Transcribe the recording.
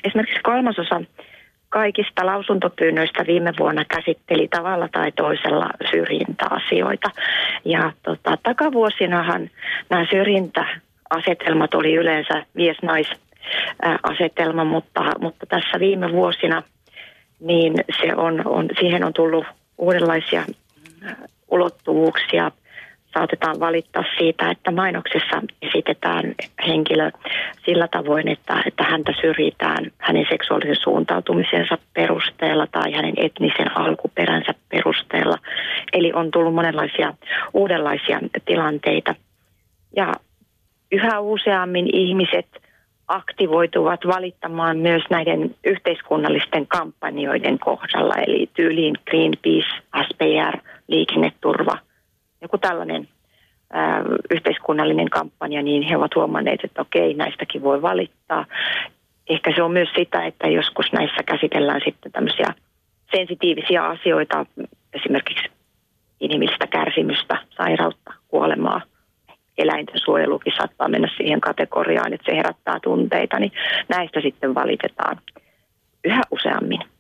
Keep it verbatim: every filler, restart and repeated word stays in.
esimerkiksi kolmasosa kaikista lausuntopyynnöistä viime vuonna käsitteli tavalla tai toisella syrjintäasioita. Ja tota, takavuosinahan nämä syrjintäasetelmat oli yleensä mies-nais-asetelma, mutta, mutta tässä viime vuosina niin se on, on, siihen on tullut uudenlaisia ulottuvuuksia. Saatetaan valittaa siitä, että mainoksessa esitetään henkilö sillä tavoin, että, että häntä syrjitään hänen seksuaalisen suuntautumisensa perusteella tai hänen etnisen alkuperänsä perusteella. Eli on tullut monenlaisia uudenlaisia tilanteita. Ja yhä useammin ihmiset aktivoituvat valittamaan myös näiden yhteiskunnallisten kampanjoiden kohdalla, eli tyyliin Greenpeace, S P R, liikenneturva. Joku tällainen ää, yhteiskunnallinen kampanja, niin he ovat huomanneet, että okei, näistäkin voi valittaa. Ehkä se on myös sitä, että joskus näissä käsitellään sitten tämmöisiä sensitiivisiä asioita, esimerkiksi inhimillistä kärsimystä, sairautta, kuolemaa. Eläinten suojelukin saattaa mennä siihen kategoriaan, että se herättää tunteita, niin näistä sitten valitetaan yhä useammin.